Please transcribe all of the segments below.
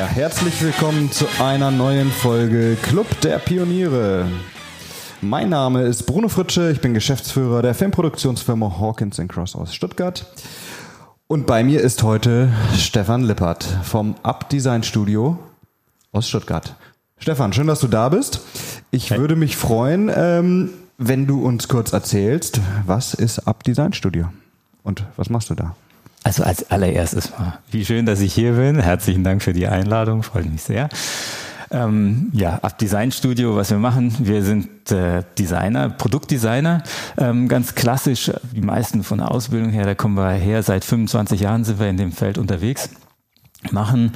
Herzlich willkommen zu einer neuen Folge Club der Pioniere. Mein Name ist Bruno Fritsche, ich bin Geschäftsführer der Filmproduktionsfirma Hawkins & Cross aus Stuttgart. Und bei mir ist heute Stefan Lippert vom Up-Design Studio aus Stuttgart. Stefan, schön, dass du da bist. Ich würde mich freuen, wenn du uns kurz erzählst, was ist Up-Design Studio und was machst du da? Also als allererstes mal, wie schön, dass ich hier bin. Herzlichen Dank für die Einladung, freut mich sehr. Up-Design Studio, was wir machen, wir sind Designer, Produktdesigner, ganz klassisch, die meisten von der Ausbildung her, da kommen wir her, seit 25 Jahren sind wir in dem Feld unterwegs, machen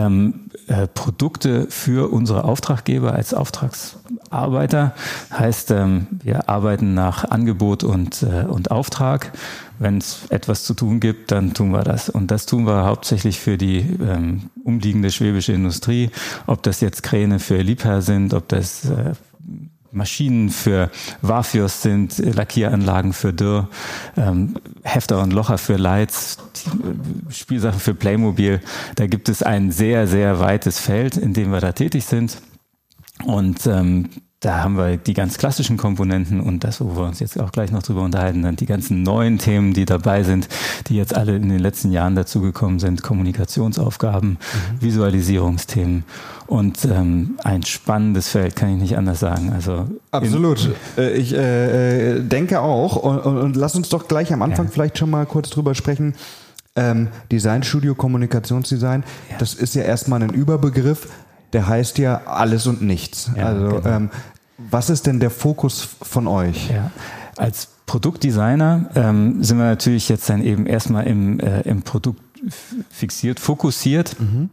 Produkte für unsere Auftraggeber als Auftragsarbeiter, heißt, wir arbeiten nach Angebot und Auftrag. Wenn es etwas zu tun gibt, dann tun wir das. Und das tun wir hauptsächlich für die umliegende schwäbische Industrie, ob das jetzt Kräne für Liebherr sind, ob das Maschinen für Warfjörst sind, Lackieranlagen für Dürr, Hefter und Locher für Leitz, Spielsachen für Playmobil. Da gibt es ein sehr, sehr weites Feld, in dem wir da tätig sind. Und da haben wir die ganz klassischen Komponenten und das, wo wir uns jetzt auch gleich noch drüber unterhalten, dann die ganzen neuen Themen, die dabei sind, die jetzt alle in den letzten Jahren dazugekommen sind, Kommunikationsaufgaben, Visualisierungsthemen und ein spannendes Feld, kann ich nicht anders sagen. Also absolut. Ich denke auch und lass uns doch gleich am Anfang vielleicht schon mal kurz drüber sprechen. Designstudio, Kommunikationsdesign, das ist ja erstmal ein Überbegriff. Der heißt ja alles und nichts. Ja, also genau. Was ist denn der Fokus von euch? Ja. Als Produktdesigner sind wir natürlich jetzt dann eben erstmal im Produkt fixiert, fokussiert.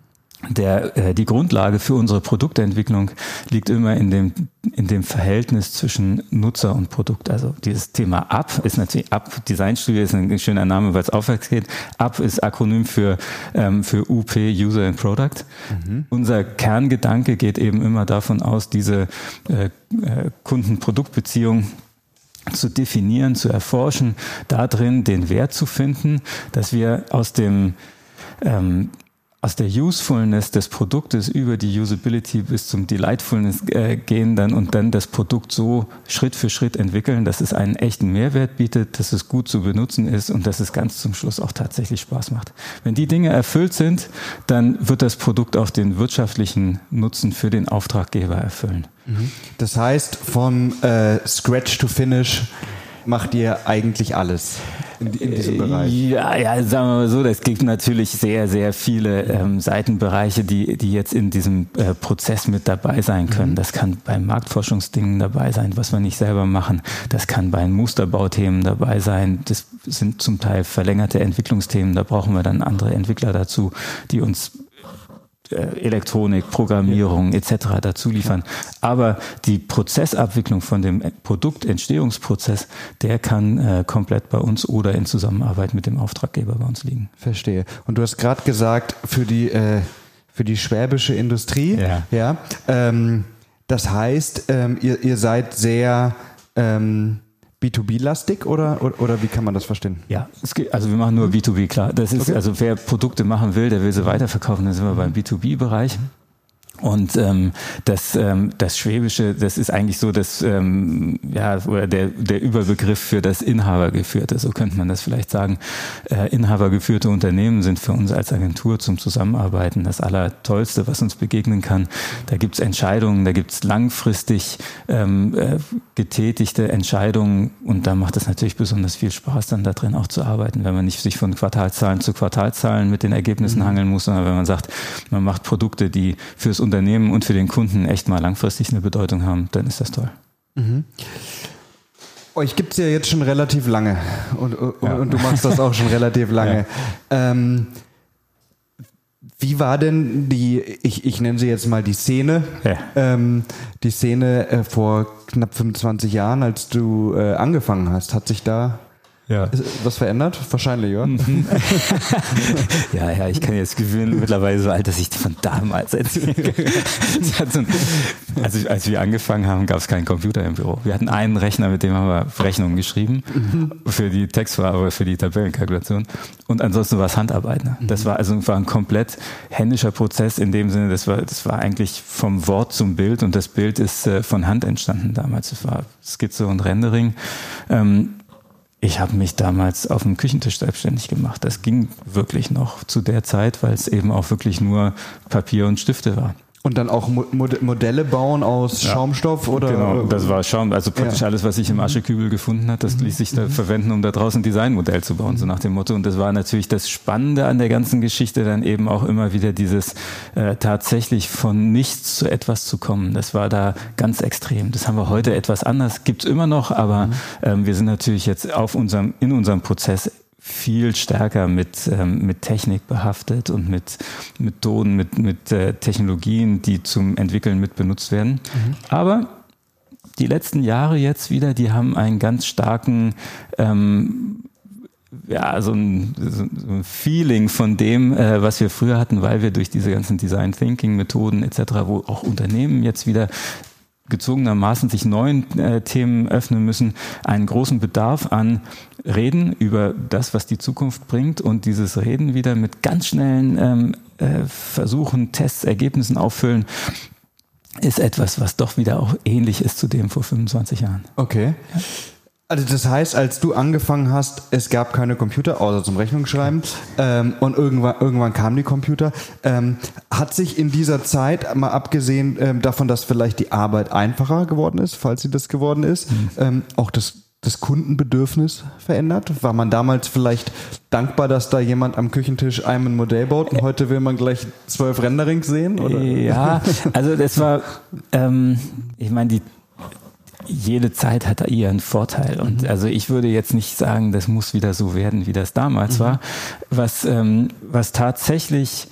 Die Grundlage für unsere Produktentwicklung liegt immer in dem Verhältnis zwischen Nutzer und Produkt. Also dieses Thema Up ist natürlich Design Studio ist ein schöner Name, weil es aufwärts geht. Up ist Akronym für UP, User and Product. Unser Kerngedanke geht eben immer davon aus, diese Kunden-Produkt-Beziehung zu definieren, zu erforschen, darin den Wert zu finden, dass wir aus der Usefulness des Produktes über die Usability bis zum Delightfulness gehen und dann das Produkt so Schritt für Schritt entwickeln, dass es einen echten Mehrwert bietet, dass es gut zu benutzen ist und dass es ganz zum Schluss auch tatsächlich Spaß macht. Wenn die Dinge erfüllt sind, dann wird das Produkt auch den wirtschaftlichen Nutzen für den Auftraggeber erfüllen. Das heißt, von Scratch to Finish macht ihr eigentlich alles in diesem Bereich? Ja, sagen wir mal so, es gibt natürlich sehr, sehr viele Seitenbereiche, die jetzt in diesem Prozess mit dabei sein können. Das kann bei Marktforschungsdingen dabei sein, was wir nicht selber machen. Das kann bei Musterbauthemen dabei sein. Das sind zum Teil verlängerte Entwicklungsthemen. Da brauchen wir dann andere Entwickler dazu, die uns Elektronik, Programmierung etc. dazu liefern. Aber die Prozessabwicklung von dem Produktentstehungsprozess, der kann komplett bei uns oder in Zusammenarbeit mit dem Auftraggeber bei uns liegen. Verstehe. Und du hast gerade gesagt, für die schwäbische Industrie. Ja. Das heißt, ihr seid sehr B2B-lastig oder wie kann man das verstehen? Ja, also wir machen nur B2B, klar. Das ist, also wer Produkte machen will, der will sie weiterverkaufen, dann sind wir beim B2B-Bereich. Und das Schwäbische, das ist eigentlich so oder der Überbegriff für das Inhabergeführte, so könnte man das vielleicht sagen. Inhabergeführte Unternehmen sind für uns als Agentur zum Zusammenarbeiten das Allertollste, was uns begegnen kann. Da gibt's Entscheidungen, da gibt's langfristig getätigte Entscheidungen und da macht es natürlich besonders viel Spaß, dann da drin auch zu arbeiten, wenn man nicht sich von Quartalszahlen zu Quartalszahlen mit den Ergebnissen hangeln muss, sondern wenn man sagt, man macht Produkte, die fürs Unternehmen und für den Kunden echt mal langfristig eine Bedeutung haben, dann ist das toll. Euch gibt's ja jetzt schon relativ lange und du machst das auch schon relativ lange. Ja. Wie war denn ich nenne sie jetzt mal die Szene, die Szene vor knapp 25 Jahren, als du angefangen hast? Hat sich da Ja. Ist was verändert? Wahrscheinlich, oder? Ja, ich kann jetzt gewinnen, mittlerweile so alt, dass ich von damals erzähle. Als wir angefangen haben, gab es keinen Computer im Büro. Wir hatten einen Rechner, mit dem haben wir Rechnungen geschrieben für die Textverarbeitung, für die Tabellenkalkulation. Und ansonsten war es Handarbeit. Ne? Das war ein komplett händischer Prozess in dem Sinne, das war eigentlich vom Wort zum Bild und das Bild ist von Hand entstanden damals. Das war Skizze und Rendering. Ich habe mich damals auf dem Küchentisch selbstständig gemacht. Das ging wirklich noch zu der Zeit, weil es eben auch wirklich nur Papier und Stifte war. Und dann auch Modelle bauen aus Schaumstoff oder? Genau, das war Schaum, also praktisch alles, was ich im Aschekübel gefunden hat, das ließ sich da verwenden, um da draußen ein Designmodell zu bauen, so nach dem Motto. Und das war natürlich das Spannende an der ganzen Geschichte, dann eben auch immer wieder dieses tatsächlich von nichts zu etwas zu kommen. Das war da ganz extrem. Das haben wir heute etwas anders, gibt's immer noch, aber wir sind natürlich jetzt in unserem Prozess viel stärker mit Technik behaftet und mit Methoden, mit Technologien, die zum Entwickeln mit benutzt werden. Aber die letzten Jahre jetzt wieder, die haben einen ganz starken so ein Feeling von dem, was wir früher hatten, weil wir durch diese ganzen Design Thinking Methoden etc., wo auch Unternehmen jetzt wieder gezwungenermaßen sich neuen Themen öffnen müssen, einen großen Bedarf an Reden über das, was die Zukunft bringt und dieses Reden wieder mit ganz schnellen Versuchen, Tests, Ergebnissen auffüllen, ist etwas, was doch wieder auch ähnlich ist zu dem vor 25 Jahren. Okay. Ja. Also das heißt, als du angefangen hast, es gab keine Computer, außer zum Rechnungsschreiben, und irgendwann kamen die Computer. Hat sich in dieser Zeit, mal abgesehen davon, dass vielleicht die Arbeit einfacher geworden ist, falls sie das geworden ist, auch das Kundenbedürfnis verändert? War man damals vielleicht dankbar, dass da jemand am Küchentisch einem ein Modell baut und heute will man gleich 12 Renderings sehen? Oder? Ja, also das war, ich meine, jede Zeit hat da ihren Vorteil und also ich würde jetzt nicht sagen, das muss wieder so werden, wie das damals war. Was tatsächlich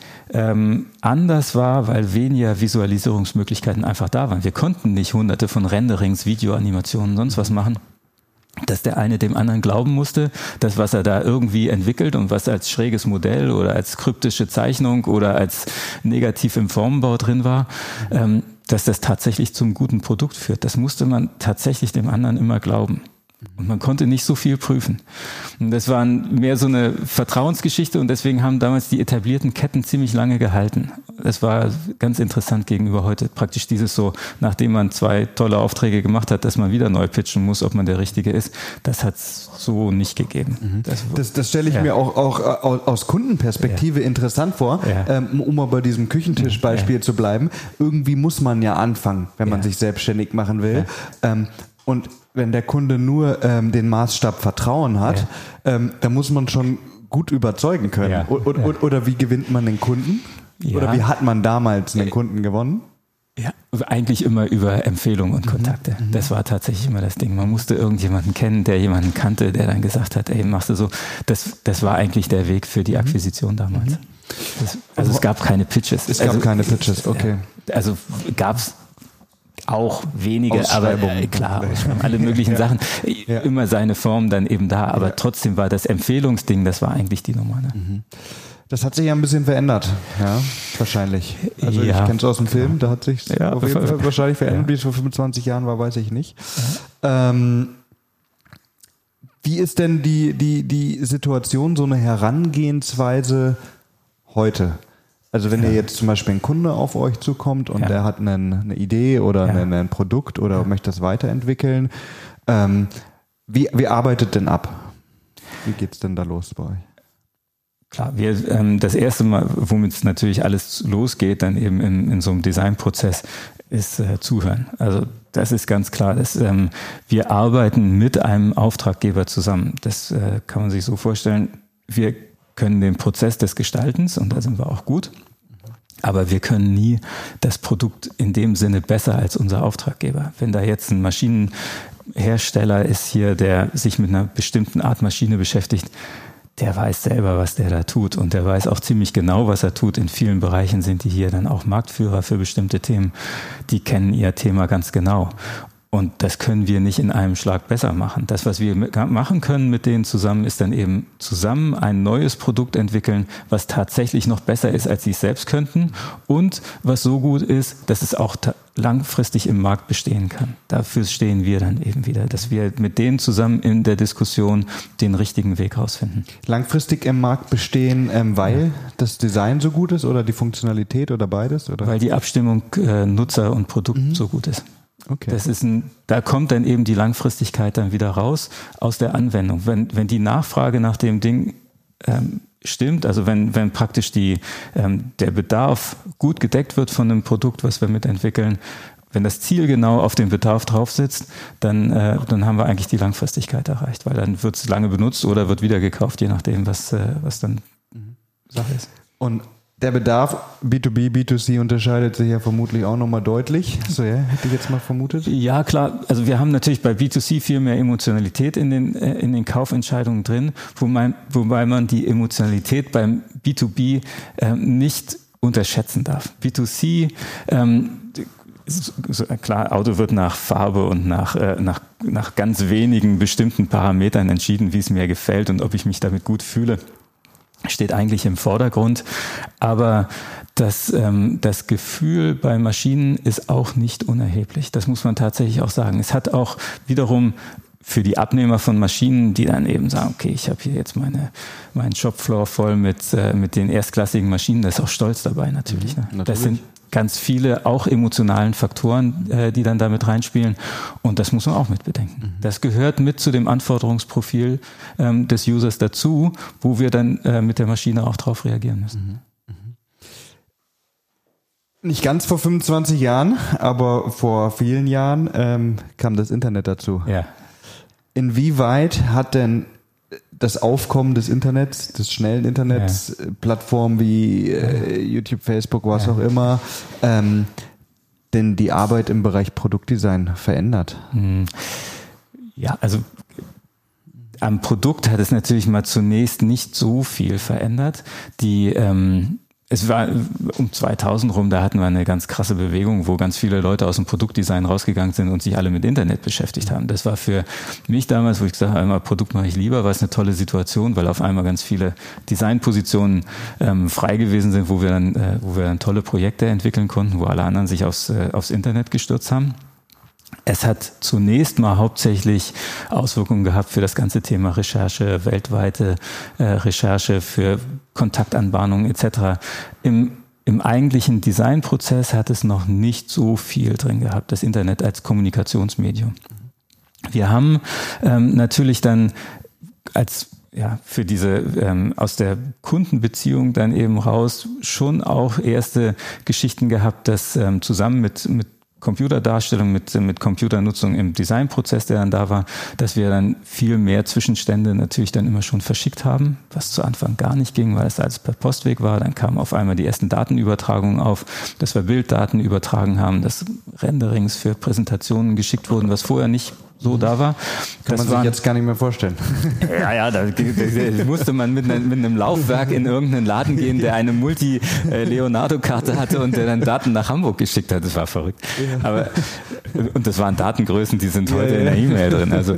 anders war, weil weniger Visualisierungsmöglichkeiten einfach da waren. Wir konnten nicht hunderte von Renderings, Videoanimationen, sonst was machen, dass der eine dem anderen glauben musste, dass was er da irgendwie entwickelt und was als schräges Modell oder als kryptische Zeichnung oder als negativ im Formenbau drin war, dass das tatsächlich zum guten Produkt führt. Das musste man tatsächlich dem anderen immer glauben. Und man konnte nicht so viel prüfen. Und das war mehr so eine Vertrauensgeschichte und deswegen haben damals die etablierten Ketten ziemlich lange gehalten. Das war ganz interessant gegenüber heute. Praktisch dieses so, nachdem man 2 tolle Aufträge gemacht hat, dass man wieder neu pitchen muss, ob man der Richtige ist. Das hat es so nicht gegeben. Das stelle ich mir auch aus Kundenperspektive interessant vor, um mal bei diesem Küchentischbeispiel zu bleiben. Irgendwie muss man ja anfangen, wenn man sich selbstständig machen will. Und wenn der Kunde nur den Maßstab Vertrauen hat, dann muss man schon gut überzeugen können. Ja. Oder wie gewinnt man den Kunden? Ja. Oder wie hat man damals einen Kunden gewonnen? Ja, eigentlich immer über Empfehlungen und Kontakte. Das war tatsächlich immer das Ding. Man musste irgendjemanden kennen, der jemanden kannte, der dann gesagt hat, ey, machst du so. Das war eigentlich der Weg für die Akquisition damals. Also es gab keine Pitches. Es gab keine Pitches, okay. Also gab's auch wenige, aber klar, alle möglichen Sachen, immer seine Form dann eben da, aber trotzdem war das Empfehlungsding, das war eigentlich die Nummer. Ne? Das hat sich ja ein bisschen verändert, ja, wahrscheinlich. Also ich kenne es aus dem Film, da hat sich auf jeden Fall wahrscheinlich verändert, wie es vor 25 Jahren war, weiß ich nicht. Wie ist denn die Situation, so eine Herangehensweise heute? Also wenn ihr jetzt zum Beispiel ein Kunde auf euch zukommt und der hat eine Idee oder ein Produkt oder möchte das weiterentwickeln, wie arbeitet denn ab? Wie geht's denn da los bei euch? Klar, das erste Mal, womit es natürlich alles losgeht, dann eben in so einem Designprozess, ist Zuhören. Also das ist ganz klar. Wir arbeiten mit einem Auftraggeber zusammen. Das kann man sich so vorstellen. Wir können den Prozess des Gestaltens, und da sind wir auch gut, aber wir können nie das Produkt in dem Sinne besser als unser Auftraggeber. Wenn da jetzt ein Maschinenhersteller ist hier, der sich mit einer bestimmten Art Maschine beschäftigt, der weiß selber, was der da tut und der weiß auch ziemlich genau, was er tut. In vielen Bereichen sind die hier dann auch Marktführer für bestimmte Themen. Die kennen ihr Thema ganz genau. Und das können wir nicht in einem Schlag besser machen. Das, was wir machen können mit denen zusammen, ist dann eben zusammen ein neues Produkt entwickeln, was tatsächlich noch besser ist, als sie es selbst könnten und was so gut ist, dass es auch langfristig im Markt bestehen kann. Dafür stehen wir dann eben wieder, dass wir mit denen zusammen in der Diskussion den richtigen Weg rausfinden. Langfristig im Markt bestehen, weil das Design so gut ist oder die Funktionalität oder beides? Oder? Weil die Abstimmung Nutzer und Produkt so gut ist. Okay. Da kommt dann eben die Langfristigkeit dann wieder raus aus der Anwendung. Wenn die Nachfrage nach dem Ding stimmt, also wenn praktisch der Bedarf gut gedeckt wird von einem Produkt, was wir mitentwickeln, wenn das Ziel genau auf den Bedarf drauf sitzt, dann haben wir eigentlich die Langfristigkeit erreicht, weil dann wird es lange benutzt oder wird wieder gekauft, je nachdem, was dann Sache ist. Und der Bedarf B2B, B2C unterscheidet sich ja vermutlich auch nochmal deutlich. So, ja, hätte ich jetzt mal vermutet. Ja, klar. Also wir haben natürlich bei B2C viel mehr Emotionalität in den Kaufentscheidungen drin, wobei man die Emotionalität beim B2B nicht unterschätzen darf. B2C, klar, Auto wird nach Farbe und nach ganz wenigen bestimmten Parametern entschieden, wie es mir gefällt und ob ich mich damit gut fühle. Steht eigentlich im Vordergrund, aber das Gefühl bei Maschinen ist auch nicht unerheblich. Das muss man tatsächlich auch sagen. Es hat auch wiederum für die Abnehmer von Maschinen, die dann eben sagen, okay, ich habe hier jetzt meinen Shopfloor voll mit den erstklassigen Maschinen, da ist auch Stolz dabei natürlich. Ne? Natürlich. Das sind ganz viele auch emotionalen Faktoren, die dann damit reinspielen. Und das muss man auch mit bedenken. Das gehört mit zu dem Anforderungsprofil des Users dazu, wo wir dann mit der Maschine auch drauf reagieren müssen. Nicht ganz vor 25 Jahren, aber vor vielen Jahren kam das Internet dazu. Ja. Inwieweit hat denn das Aufkommen des Internets, des schnellen Internets, Plattformen wie YouTube, Facebook, was auch immer, denn die Arbeit im Bereich Produktdesign verändert? Ja, also am Produkt hat es natürlich mal zunächst nicht so viel verändert. Es war um 2000 rum, da hatten wir eine ganz krasse Bewegung, wo ganz viele Leute aus dem Produktdesign rausgegangen sind und sich alle mit Internet beschäftigt haben. Das war für mich damals, wo ich gesagt habe, einmal Produkt mache ich lieber, war es eine tolle Situation, weil auf einmal ganz viele Designpositionen frei gewesen sind, wo wir dann tolle Projekte entwickeln konnten, wo alle anderen sich aufs Internet gestürzt haben. Es hat zunächst mal hauptsächlich Auswirkungen gehabt für das ganze Thema Recherche, weltweite Recherche für Kontaktanbahnungen etc. Im eigentlichen Designprozess hat es noch nicht so viel drin gehabt, das Internet als Kommunikationsmedium. Wir haben natürlich dann für diese aus der Kundenbeziehung dann eben raus schon auch erste Geschichten gehabt, dass zusammen mit Computerdarstellung, mit Computernutzung im Designprozess, der dann da war, dass wir dann viel mehr Zwischenstände natürlich dann immer schon verschickt haben, was zu Anfang gar nicht ging, weil es alles per Postweg war. Dann kamen auf einmal die ersten Datenübertragungen auf, dass wir Bilddaten übertragen haben, dass Renderings für Präsentationen geschickt wurden, was vorher nicht so da war. Kann man sich jetzt gar nicht mehr vorstellen. Ja, da musste man mit einem Laufwerk in irgendeinen Laden gehen, der eine Multi-Leonardo-Karte hatte und der dann Daten nach Hamburg geschickt hat. Das war verrückt. Ja. Und das waren Datengrößen, die sind heute in der E-Mail drin. Also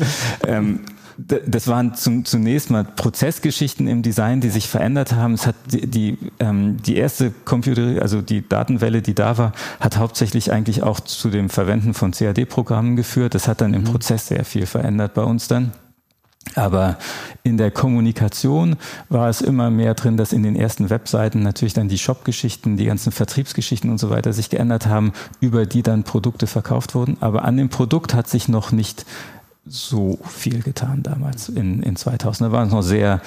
das waren zunächst mal Prozessgeschichten im Design, die sich verändert haben. Es hat die erste also die Datenwelle, die da war, hat hauptsächlich eigentlich auch zu dem Verwenden von CAD-Programmen geführt. Das hat dann im Prozess sehr viel verändert bei uns dann. Aber in der Kommunikation war es immer mehr drin, dass in den ersten Webseiten natürlich dann die Shop-Geschichten, die ganzen Vertriebsgeschichten und so weiter sich geändert haben, über die dann Produkte verkauft wurden. Aber an dem Produkt hat sich noch nicht so viel getan damals in 2000. Da waren es noch sehr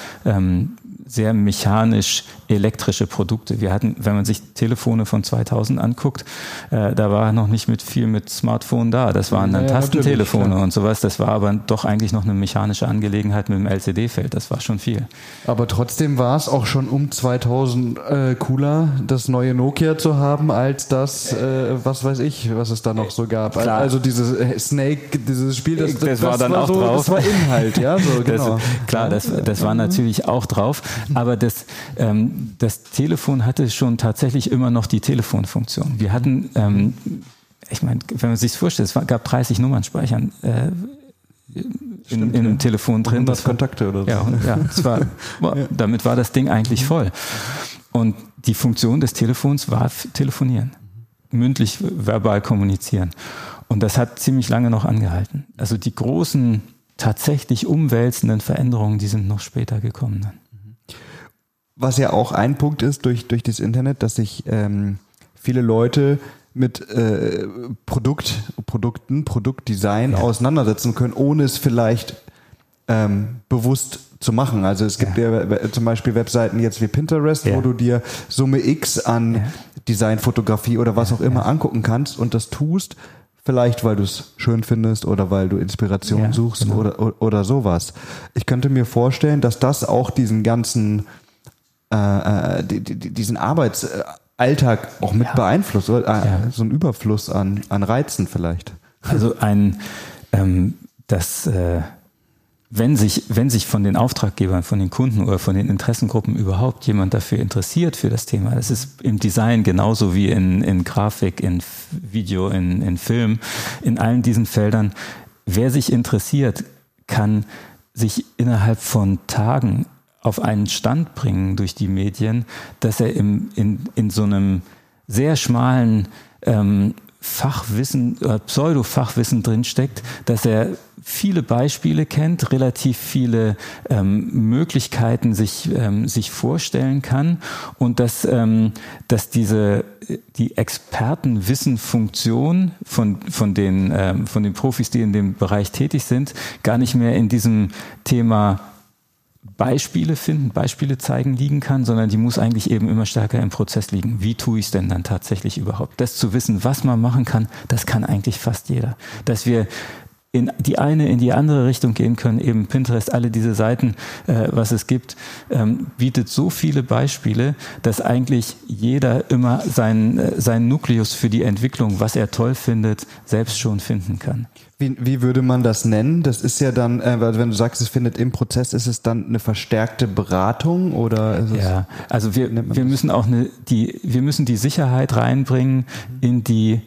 mechanisch elektrische Produkte. Wir hatten, wenn man sich Telefone von 2000 anguckt, da war noch nicht viel mit Smartphone da. Das waren dann Tastentelefone und sowas. Das war aber doch eigentlich noch eine mechanische Angelegenheit mit dem LCD-Feld. Das war schon viel. Aber trotzdem war es auch schon um 2000 cooler, das neue Nokia zu haben, als das, was weiß ich, was es da noch so gab. Klar. Also dieses Snake, dieses Spiel, das war dann auch so, drauf. Das war Inhalt, ja, so genau. Das war natürlich auch drauf. Aber das Telefon hatte schon tatsächlich immer noch die Telefonfunktion. Wir hatten ich meine, wenn man sich vorstellt, es gab 30 Nummernspeichern in einem Telefon drin. 100 Kontakte oder so. Damit war das Ding eigentlich voll. Und die Funktion des Telefons war telefonieren. Mündlich, verbal kommunizieren. Und das hat ziemlich lange noch angehalten. Also die großen, tatsächlich umwälzenden Veränderungen, die sind noch später gekommen dann. Was ja auch ein Punkt ist durch das Internet, dass sich viele Leute mit Produktdesign auseinandersetzen können, ohne es vielleicht bewusst zu machen. Also es gibt ja zum Beispiel Webseiten jetzt wie Pinterest, wo du dir Summe X an Designfotografie oder was auch immer angucken kannst und das tust, vielleicht weil du es schön findest oder weil du Inspiration suchst oder sowas. Ich könnte mir vorstellen, dass das auch diesen ganzen diesen Arbeitsalltag auch mit beeinflusst, oder so ein Überfluss an Reizen vielleicht. Also wenn sich von den Auftraggebern, von den Kunden oder von den Interessengruppen überhaupt jemand dafür interessiert für das Thema, das ist im Design genauso wie in Grafik, in Video, in Film, in allen diesen Feldern. Wer sich interessiert, kann sich innerhalb von Tagen auf einen Stand bringen durch die Medien, dass er in so einem sehr schmalen Fachwissen, Pseudo-Fachwissen drinsteckt, dass er viele Beispiele kennt, relativ viele Möglichkeiten sich vorstellen kann und dass die Expertenwissenfunktion von den Profis, die in dem Bereich tätig sind, gar nicht mehr in diesem Thema Beispiele finden, Beispiele zeigen liegen kann, sondern die muss eigentlich eben immer stärker im Prozess liegen. Wie tue ich es denn dann tatsächlich überhaupt? Das zu wissen, was man machen kann, das kann eigentlich fast jeder. Dass wir in die eine, in die andere Richtung gehen können, eben Pinterest, alle diese Seiten, was es gibt, bietet so viele Beispiele, dass eigentlich jeder immer seinen Nukleus für die Entwicklung, was er toll findet, selbst schon finden kann. Wie würde man das nennen? Das ist ja dann, wenn du sagst, es findet im Prozess, ist es dann eine verstärkte Beratung oder ist es, also wir müssen auch wir müssen die Sicherheit reinbringen in die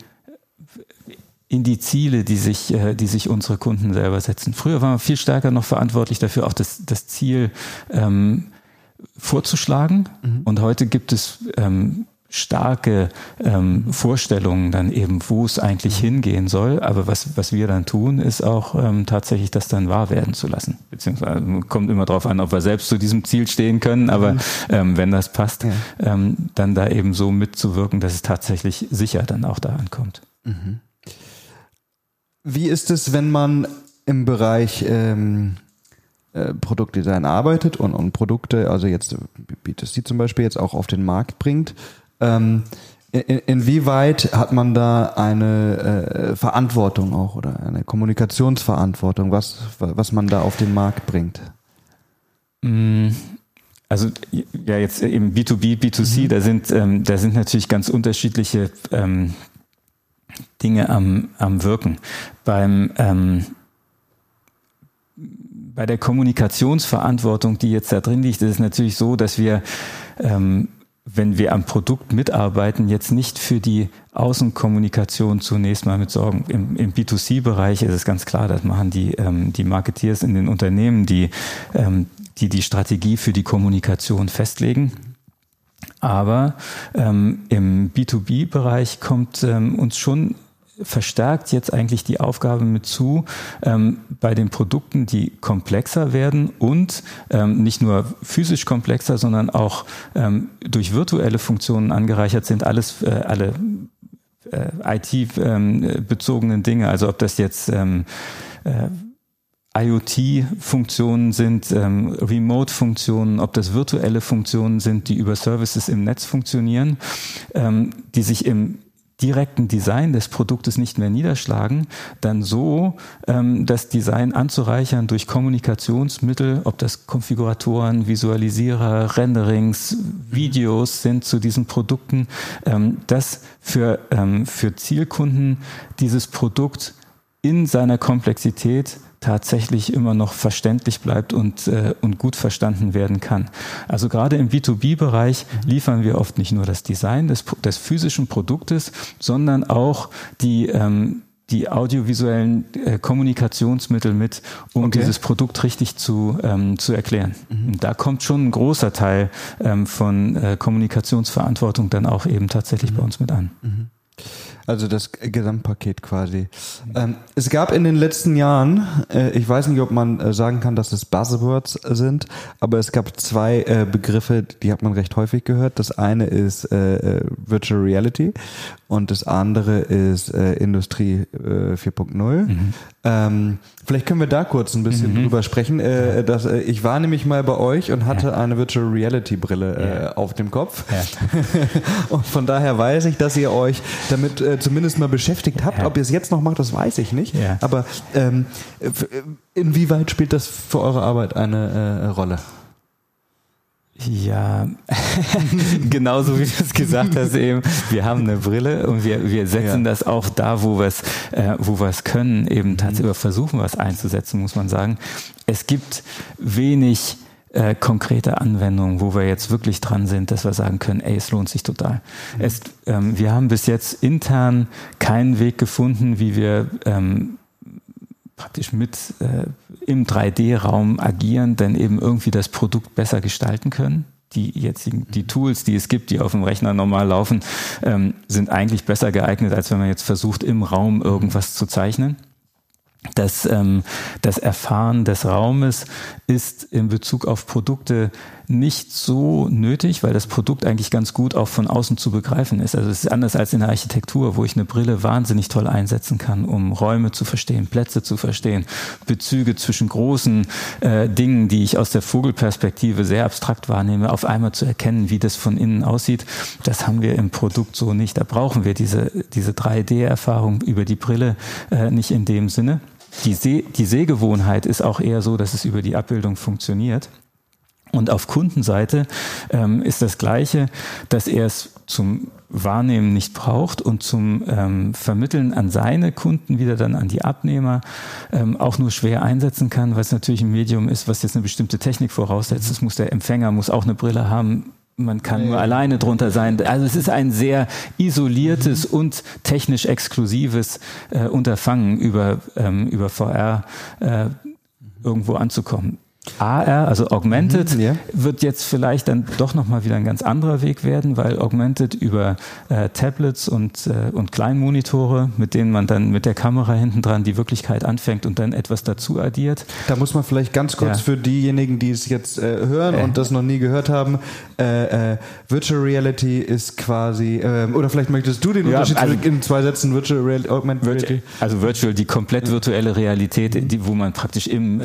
Ziele, die sich unsere Kunden selber setzen. Früher waren wir viel stärker noch verantwortlich dafür, auch das Ziel vorzuschlagen. Und heute gibt es starke Vorstellungen dann eben, wo es eigentlich hingehen soll. Aber was wir dann tun, ist auch tatsächlich das dann wahr werden zu lassen. Beziehungsweise kommt immer darauf an, ob wir selbst zu diesem Ziel stehen können. Aber wenn das passt, dann da eben so mitzuwirken, dass es tatsächlich sicher dann auch da ankommt. Wie ist es, wenn man im Bereich Produktdesign arbeitet und Produkte, also jetzt B2C zum Beispiel, jetzt auch auf den Markt bringt? Inwieweit hat man da eine Verantwortung auch oder eine Kommunikationsverantwortung, was man da auf den Markt bringt? Also ja, jetzt eben B2B, B2C, da sind natürlich ganz unterschiedliche Dinge am Wirken. Bei der Kommunikationsverantwortung, die jetzt da drin liegt, ist es natürlich so, dass wir, wenn wir am Produkt mitarbeiten, jetzt nicht für die Außenkommunikation zunächst mal mit sorgen. Im B2C-Bereich ist es ganz klar, das machen die Marketeers in den Unternehmen, die Strategie für die Kommunikation festlegen. Aber im B2B-Bereich kommt uns schon verstärkt jetzt eigentlich die Aufgabe mit zu, bei den Produkten, die komplexer werden und nicht nur physisch komplexer, sondern auch durch virtuelle Funktionen angereichert sind, alle IT-bezogenen Dinge, also ob das jetzt IoT-Funktionen sind, Remote-Funktionen, ob das virtuelle Funktionen sind, die über Services im Netz funktionieren, die sich im direkten Design des Produktes nicht mehr niederschlagen, dann so das Design anzureichern durch Kommunikationsmittel, ob das Konfiguratoren, Visualisierer, Renderings, Videos sind zu diesen Produkten, dass für Zielkunden dieses Produkt in seiner Komplexität tatsächlich immer noch verständlich bleibt und gut verstanden werden kann. Also gerade im B2B-Bereich liefern wir oft nicht nur das Design des physischen Produktes, sondern auch die audiovisuellen Kommunikationsmittel mit, um dieses Produkt richtig zu erklären. Und da kommt schon ein großer Teil von Kommunikationsverantwortung dann auch eben tatsächlich bei uns mit an. Also das Gesamtpaket quasi. Es gab in den letzten Jahren, ich weiß nicht, ob man sagen kann, dass es Buzzwords sind, aber es gab zwei Begriffe, die hat man recht häufig gehört. Das eine ist Virtual Reality und das andere ist Industrie 4.0. Vielleicht können wir da kurz ein bisschen drüber sprechen. Ich war nämlich mal bei euch und hatte eine Virtual Reality Brille auf dem Kopf. Ja. Und von daher weiß ich, dass ihr euch damit zumindest mal beschäftigt habt. Ob ihr es jetzt noch macht, das weiß ich nicht. Ja. Aber inwieweit spielt das für eure Arbeit eine Rolle? Ja, genauso wie du es gesagt hast eben. Wir haben eine Brille und wir setzen das auch da, wo wir es können, eben tatsächlich versuchen, was einzusetzen, muss man sagen. Es gibt wenig konkrete Anwendungen, wo wir jetzt wirklich dran sind, dass wir sagen können, es lohnt sich total. Wir haben bis jetzt intern keinen Weg gefunden, wie wir praktisch mit im 3D-Raum agieren, denn eben irgendwie das Produkt besser gestalten können. Die Tools, die es gibt, die auf dem Rechner normal laufen, sind eigentlich besser geeignet, als wenn man jetzt versucht, im Raum irgendwas zu zeichnen. Das Erfahren des Raumes ist in Bezug auf Produkte nicht so nötig, weil das Produkt eigentlich ganz gut auch von außen zu begreifen ist. Also es ist anders als in der Architektur, wo ich eine Brille wahnsinnig toll einsetzen kann, um Räume zu verstehen, Plätze zu verstehen, Bezüge zwischen großen Dingen, die ich aus der Vogelperspektive sehr abstrakt wahrnehme, auf einmal zu erkennen, wie das von innen aussieht. Das haben wir im Produkt so nicht. Da brauchen wir diese 3D-Erfahrung über die Brille nicht in dem Sinne. Die Sehgewohnheit ist auch eher so, dass es über die Abbildung funktioniert. Und auf Kundenseite ist das Gleiche, dass er es zum Wahrnehmen nicht braucht und zum Vermitteln an seine Kunden, wieder dann an die Abnehmer, auch nur schwer einsetzen kann, weil es natürlich ein Medium ist, was jetzt eine bestimmte Technik voraussetzt. Das muss der Empfänger, muss auch eine Brille haben. Man kann nur alleine drunter sein. Also es ist ein sehr isoliertes und technisch exklusives Unterfangen, über VR irgendwo anzukommen. AR, also Augmented, wird jetzt vielleicht dann doch nochmal wieder ein ganz anderer Weg werden, weil Augmented über Tablets und Kleinmonitore, mit denen man dann mit der Kamera hinten dran die Wirklichkeit anfängt und dann etwas dazu addiert. Da muss man vielleicht ganz kurz für diejenigen, die es jetzt hören und das noch nie gehört haben, Virtual Reality ist quasi, oder vielleicht möchtest du den Unterschied in 2 Sätzen, Virtual Reality, Augmented Reality? Also Virtual, die komplett virtuelle Realität, wo man praktisch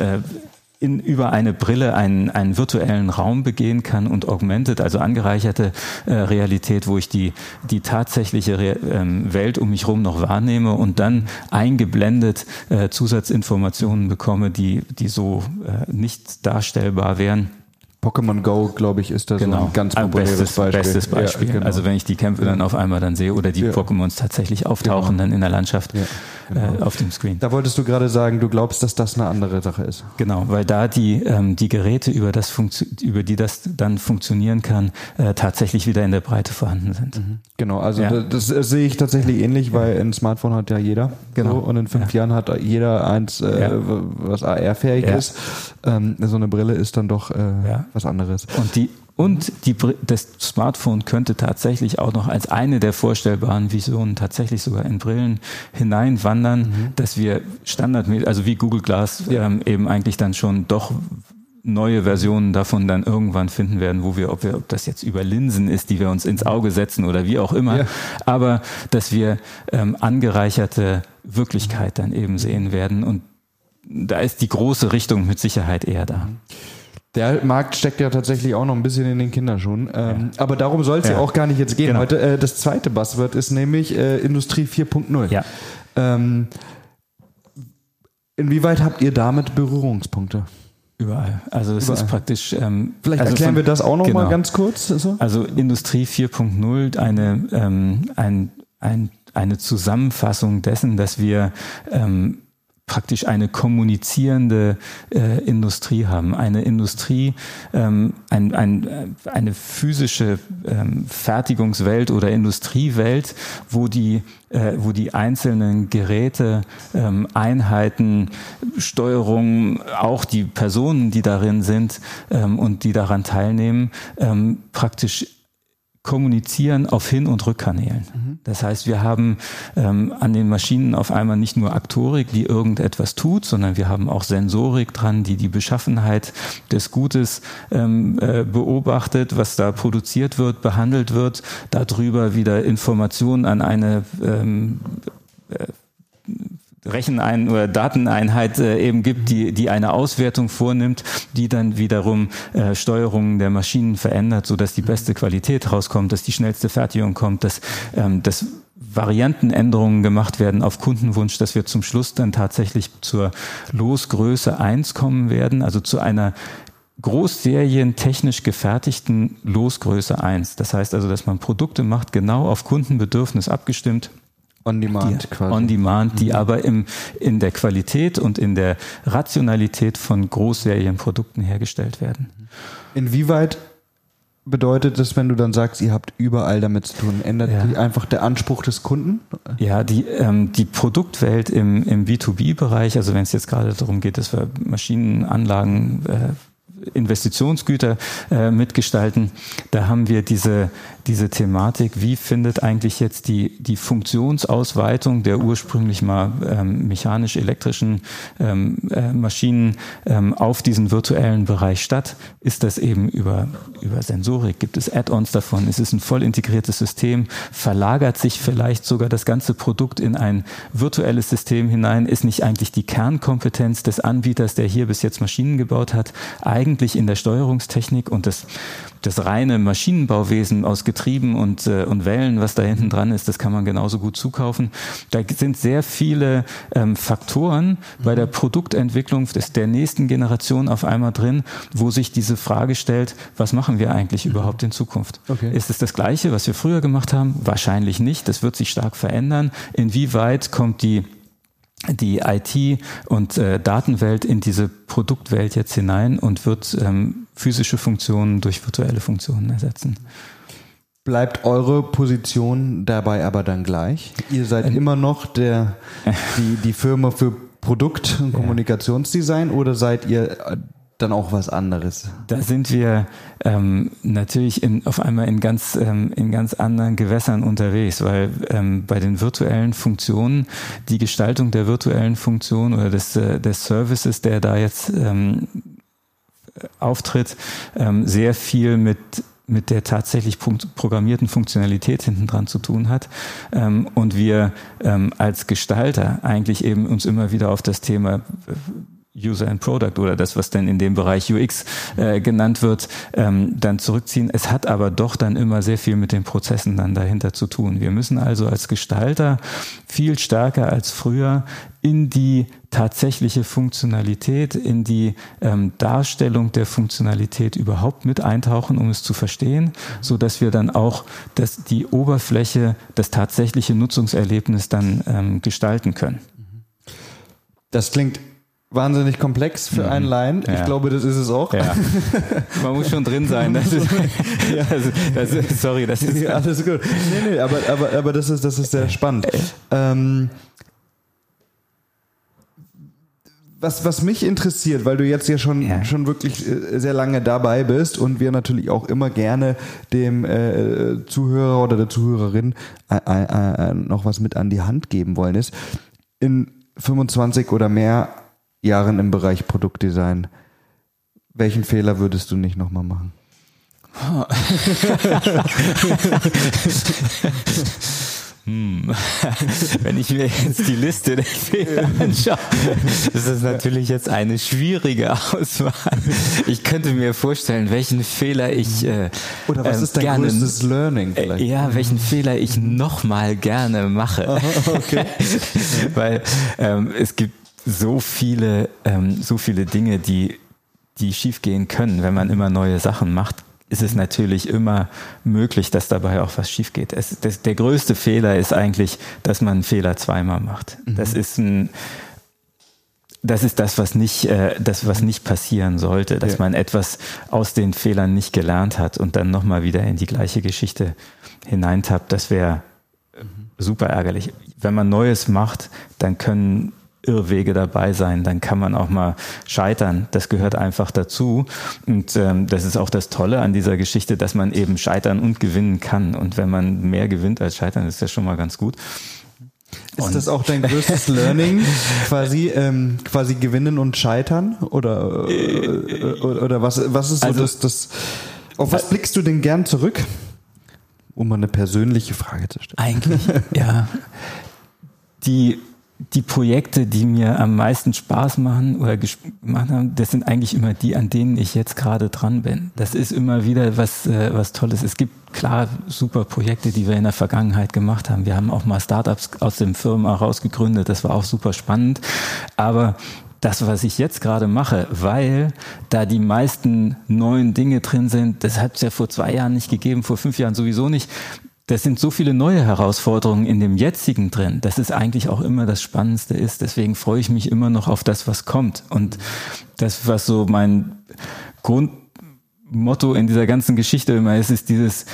über eine Brille einen virtuellen Raum begehen kann, und Augmented, also angereicherte Realität, wo ich die tatsächliche Welt um mich herum noch wahrnehme und dann eingeblendet Zusatzinformationen bekomme, die so nicht darstellbar wären. Pokémon Go, glaube ich, ist da so ein ganz populäres Beispiel. Bestes Beispiel. Ja, genau. Also wenn ich die Kämpfe dann auf einmal dann sehe oder die Pokémons tatsächlich auftauchen dann in der Landschaft auf dem Screen. Da wolltest du gerade sagen, du glaubst, dass das eine andere Sache ist. Genau, weil da die Geräte, über die das dann funktionieren kann, tatsächlich wieder in der Breite vorhanden sind. Genau, also das sehe ich tatsächlich ähnlich, weil ein Smartphone hat ja jeder. Genau. So, und in 5 Jahren hat jeder eins, was AR-fähig ist. So eine Brille ist dann doch was anderes. Das Smartphone könnte tatsächlich auch noch als eine der vorstellbaren Visionen tatsächlich sogar in Brillen hineinwandern, dass wir standardmäßig, also wie Google Glass, eben eigentlich dann schon doch neue Versionen davon dann irgendwann finden werden, ob das jetzt über Linsen ist, die wir uns ins Auge setzen oder wie auch immer, aber dass wir angereicherte Wirklichkeit dann eben sehen werden, und da ist die große Richtung mit Sicherheit eher da. Der Markt steckt ja tatsächlich auch noch ein bisschen in den Kinderschuhen. Aber darum soll es ja auch gar nicht jetzt gehen. Genau. Heute das zweite Buzzword ist nämlich Industrie 4.0. Ja. Inwieweit habt ihr damit Berührungspunkte? Überall. Also es ist praktisch... Vielleicht erklären wir das auch noch mal ganz kurz. So. Also Industrie 4.0, eine Zusammenfassung dessen, dass wir praktisch eine kommunizierende Industrie haben. Eine Industrie, eine physische Fertigungswelt oder Industriewelt, wo die einzelnen Geräte, Einheiten, Steuerung, auch die Personen, die darin sind und die daran teilnehmen, praktisch kommunizieren auf Hin- und Rückkanälen. Das heißt, wir haben an den Maschinen auf einmal nicht nur Aktorik, die irgendetwas tut, sondern wir haben auch Sensorik dran, die die Beschaffenheit des Gutes beobachtet, was da produziert wird, behandelt wird, darüber wieder Informationen an eine oder Dateneinheit eben gibt, die eine Auswertung vornimmt, die dann wiederum Steuerungen der Maschinen verändert, sodass die beste Qualität rauskommt, dass die schnellste Fertigung kommt, dass Variantenänderungen gemacht werden auf Kundenwunsch, dass wir zum Schluss dann tatsächlich zur Losgröße 1 kommen werden, also zu einer Großserien technisch gefertigten Losgröße 1. Das heißt also, dass man Produkte macht, genau auf Kundenbedürfnis abgestimmt, On-Demand quasi. On-Demand, die aber in der Qualität und in der Rationalität von Großserienprodukten hergestellt werden. Inwieweit bedeutet das, wenn du dann sagst, ihr habt überall damit zu tun? Ändert sich einfach der Anspruch des Kunden? Ja, die Produktwelt im B2B-Bereich, also wenn es jetzt gerade darum geht, dass wir Maschinen, Anlagen, Investitionsgüter mitgestalten, da haben wir diese Thematik, wie findet eigentlich jetzt die Funktionsausweitung der ursprünglich mal mechanisch-elektrischen Maschinen auf diesen virtuellen Bereich statt? Ist das eben über Sensorik? Gibt es Add-ons davon? Ist es ein voll integriertes System? Verlagert sich vielleicht sogar das ganze Produkt in ein virtuelles System hinein? Ist nicht eigentlich die Kernkompetenz des Anbieters, der hier bis jetzt Maschinen gebaut hat, eigentlich in der Steuerungstechnik und das reine Maschinenbauwesen aus Getrieben und Wellen, was da hinten dran ist, das kann man genauso gut zukaufen. Da sind sehr viele Faktoren bei der Produktentwicklung der nächsten Generation auf einmal drin, wo sich diese Frage stellt, was machen wir eigentlich überhaupt in Zukunft? Okay. Ist es das Gleiche, was wir früher gemacht haben? Wahrscheinlich nicht. Das wird sich stark verändern. Inwieweit kommt die IT- und Datenwelt in diese Produktwelt jetzt hinein und wird physische Funktionen durch virtuelle Funktionen ersetzen. Bleibt eure Position dabei aber dann gleich? Ihr seid immer noch die Firma für Produkt- und Kommunikationsdesign oder seid ihr dann auch was anderes? Da sind wir natürlich auf einmal in ganz anderen Gewässern unterwegs, weil bei den virtuellen Funktionen, die Gestaltung der virtuellen Funktion oder des Services, der da jetzt auftritt, sehr viel mit der tatsächlich programmierten Funktionalität hinten dran zu tun hat. Und wir als Gestalter eigentlich eben uns immer wieder auf das Thema User and Product oder das, was dann in dem Bereich UX genannt wird, dann zurückziehen. Es hat aber doch dann immer sehr viel mit den Prozessen dann dahinter zu tun. Wir müssen also als Gestalter viel stärker als früher in die tatsächliche Funktionalität, in die Darstellung der Funktionalität überhaupt mit eintauchen, um es zu verstehen, so dass wir dann auch die Oberfläche, das tatsächliche Nutzungserlebnis dann gestalten können. Das klingt wahnsinnig komplex für einen Laien. Ich glaube, das ist es auch. Ja. Man muss schon drin sein. Das ist ja, alles gut. Nee, aber das ist sehr spannend. Was mich interessiert, weil du jetzt ja schon wirklich sehr lange dabei bist und wir natürlich auch immer gerne dem Zuhörer oder der Zuhörerin noch was mit an die Hand geben wollen, ist in 25 oder mehr Jahren im Bereich Produktdesign, welchen Fehler würdest du nicht nochmal machen? Wenn ich mir jetzt die Liste der Fehler anschaue, das ist natürlich jetzt eine schwierige Auswahl. Ich könnte mir vorstellen, welchen Fehler ich oder was ist dein größtes Learning vielleicht? Ja, welchen Fehler ich nochmal gerne mache. Okay. Weil es gibt so viele Dinge, die schiefgehen können, wenn man immer neue Sachen macht. Ist es natürlich immer möglich, dass dabei auch was schief geht. Der größte Fehler ist eigentlich, dass man einen Fehler zweimal macht. Das ist das ist das, was nicht passieren sollte, dass man etwas aus den Fehlern nicht gelernt hat und dann nochmal wieder in die gleiche Geschichte hineintappt. Das wäre super ärgerlich. Wenn man Neues macht, dann können Irrwege dabei sein, dann kann man auch mal scheitern. Das gehört einfach dazu. Und das ist auch das Tolle an dieser Geschichte, dass man eben scheitern und gewinnen kann. Und wenn man mehr gewinnt als scheitern, ist das schon mal ganz gut. Ist das auch dein größtes Learning, quasi gewinnen und scheitern? Oder was ist so das? Auf was blickst du denn gern zurück? Um mal eine persönliche Frage zu stellen. Eigentlich, ja. Die Projekte, die mir am meisten Spaß machen oder gemacht haben, das sind eigentlich immer die, an denen ich jetzt gerade dran bin. Das ist immer wieder was Tolles. Es gibt klar super Projekte, die wir in der Vergangenheit gemacht haben. Wir haben auch mal Startups aus den Firmen auch rausgegründet. Das war auch super spannend. Aber das, was ich jetzt gerade mache, weil da die meisten neuen Dinge drin sind, das hat es ja vor 2 Jahren nicht gegeben, vor 5 Jahren sowieso nicht. Das sind so viele neue Herausforderungen in dem jetzigen drin, dass es eigentlich auch immer das Spannendste ist. Deswegen freue ich mich immer noch auf das, was kommt. Und das, was so mein Grundmotto in dieser ganzen Geschichte immer ist dieses,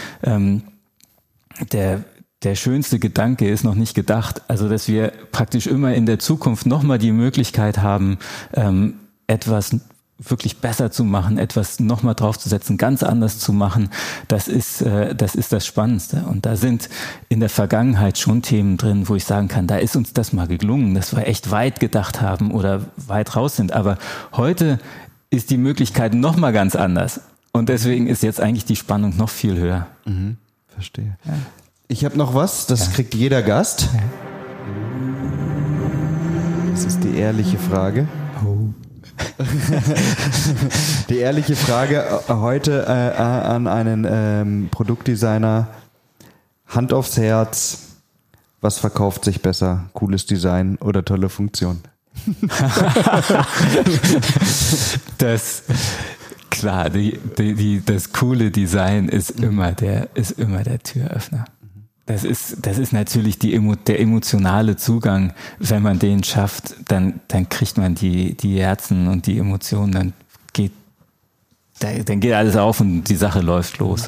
der schönste Gedanke ist noch nicht gedacht. Also, dass wir praktisch immer in der Zukunft nochmal die Möglichkeit haben, etwas wirklich besser zu machen, etwas nochmal draufzusetzen, ganz anders zu machen, das ist das Spannendste. Und da sind in der Vergangenheit schon Themen drin, wo ich sagen kann, da ist uns das mal gelungen, dass wir echt weit gedacht haben oder weit raus sind. Aber heute ist die Möglichkeit nochmal ganz anders. Und deswegen ist jetzt eigentlich die Spannung noch viel höher. Mhm, verstehe. Ja. Ich habe noch was, das kriegt jeder Gast. Ja. Das ist die ehrliche Frage. Die ehrliche Frage heute an einen Produktdesigner. Hand aufs Herz. Was verkauft sich besser? Cooles Design oder tolle Funktion? Klar, das coole Design ist immer der Türöffner. Das ist natürlich der emotionale Zugang. Wenn man den schafft, dann kriegt man die Herzen und die Emotionen, dann geht alles auf und die Sache läuft los.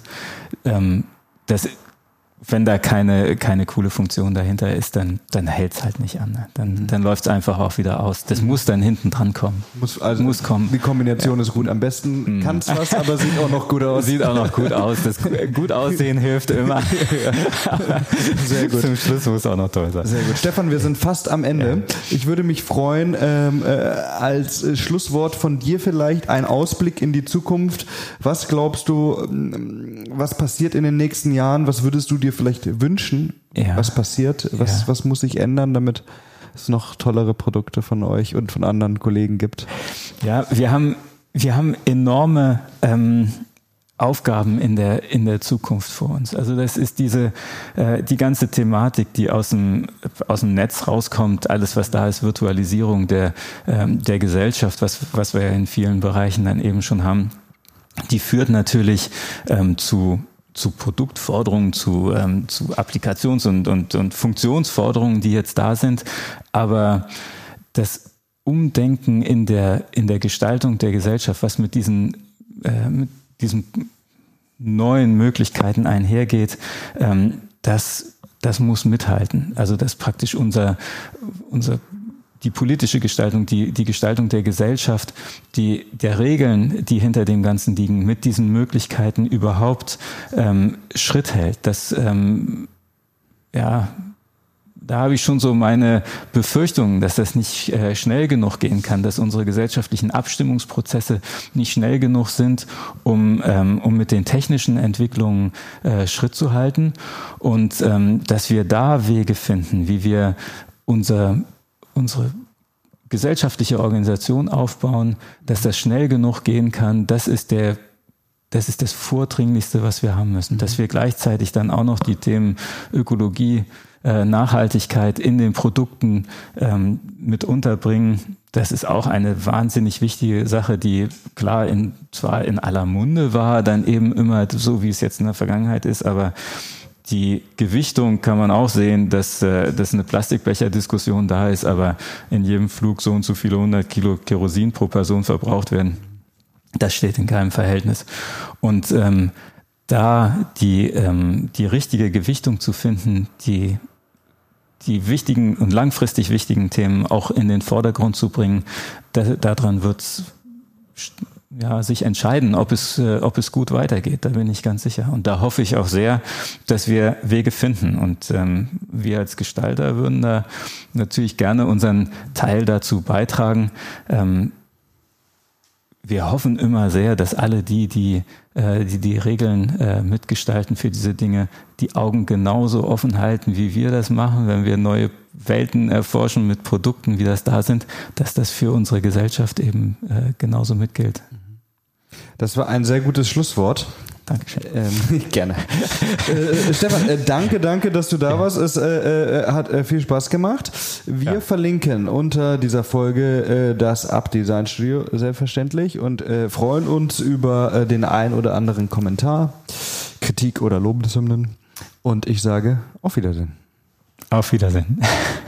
Wenn da keine coole Funktion dahinter ist, dann hält es halt nicht an. Ne? Dann läuft es einfach auch wieder aus. Das muss dann hinten dran kommen. Muss kommen. Die Kombination ist gut. Am besten kann's was, aber sieht auch noch gut aus. Sieht auch noch gut aus. Das gut aussehen hilft immer. Sehr gut. Zum Schluss muss auch noch toll sein. Sehr gut. Stefan, wir sind fast am Ende. Ja. Ich würde mich freuen, als Schlusswort von dir vielleicht ein Ausblick in die Zukunft. Was glaubst du, was passiert in den nächsten Jahren? Was würdest du dir vielleicht wünschen, was passiert, was muss sich ändern, damit es noch tollere Produkte von euch und von anderen Kollegen gibt? Ja, wir haben enorme Aufgaben in der Zukunft vor uns. Also das ist die ganze Thematik, die aus dem Netz rauskommt, alles was da ist, Virtualisierung der Gesellschaft, was wir ja in vielen Bereichen dann eben schon haben, die führt natürlich zu Produktforderungen, zu Applikations- und Funktionsforderungen, die jetzt da sind. Aber das Umdenken in der Gestaltung der Gesellschaft, was mit diesen neuen Möglichkeiten einhergeht, das muss mithalten. Also dass praktisch die politische Gestaltung, die Gestaltung der Gesellschaft, der Regeln, die hinter dem Ganzen liegen, mit diesen Möglichkeiten überhaupt Schritt hält. Da habe ich schon so meine Befürchtungen, dass das nicht schnell genug gehen kann, dass unsere gesellschaftlichen Abstimmungsprozesse nicht schnell genug sind, um mit den technischen Entwicklungen Schritt zu halten und dass wir da Wege finden, wie wir unsere gesellschaftliche Organisation aufbauen, dass das schnell genug gehen kann, das ist das Vordringlichste, was wir haben müssen. Dass wir gleichzeitig dann auch noch die Themen Ökologie, Nachhaltigkeit in den Produkten mit unterbringen, das ist auch eine wahnsinnig wichtige Sache, die klar zwar in aller Munde war, dann eben immer so, wie es jetzt in der Vergangenheit ist, aber die Gewichtung kann man auch sehen, dass eine Plastikbecher-Diskussion da ist, aber in jedem Flug so und so viele 100 Kilo Kerosin pro Person verbraucht werden. Das steht in keinem Verhältnis. Und da die richtige Gewichtung zu finden, die wichtigen und langfristig wichtigen Themen auch in den Vordergrund zu bringen, daran wird es sich entscheiden, ob es gut weitergeht. Da bin ich ganz sicher. Und da hoffe ich auch sehr, dass wir Wege finden. Und wir als Gestalter würden da natürlich gerne unseren Teil dazu beitragen. Wir hoffen immer sehr, dass alle die Regeln mitgestalten für diese Dinge, die Augen genauso offen halten, wie wir das machen, wenn wir neue Welten erforschen mit Produkten, wie das da sind, dass das für unsere Gesellschaft eben genauso mitgilt. Das war ein sehr gutes Schlusswort. Dankeschön. Gerne. Stefan, danke, dass du da warst. Es hat viel Spaß gemacht. Wir verlinken unter dieser Folge das Up-Design Studio selbstverständlich und freuen uns über den ein oder anderen Kommentar, Kritik oder Lobeshymnen. Und ich sage auf Wiedersehen. Auf Wiedersehen.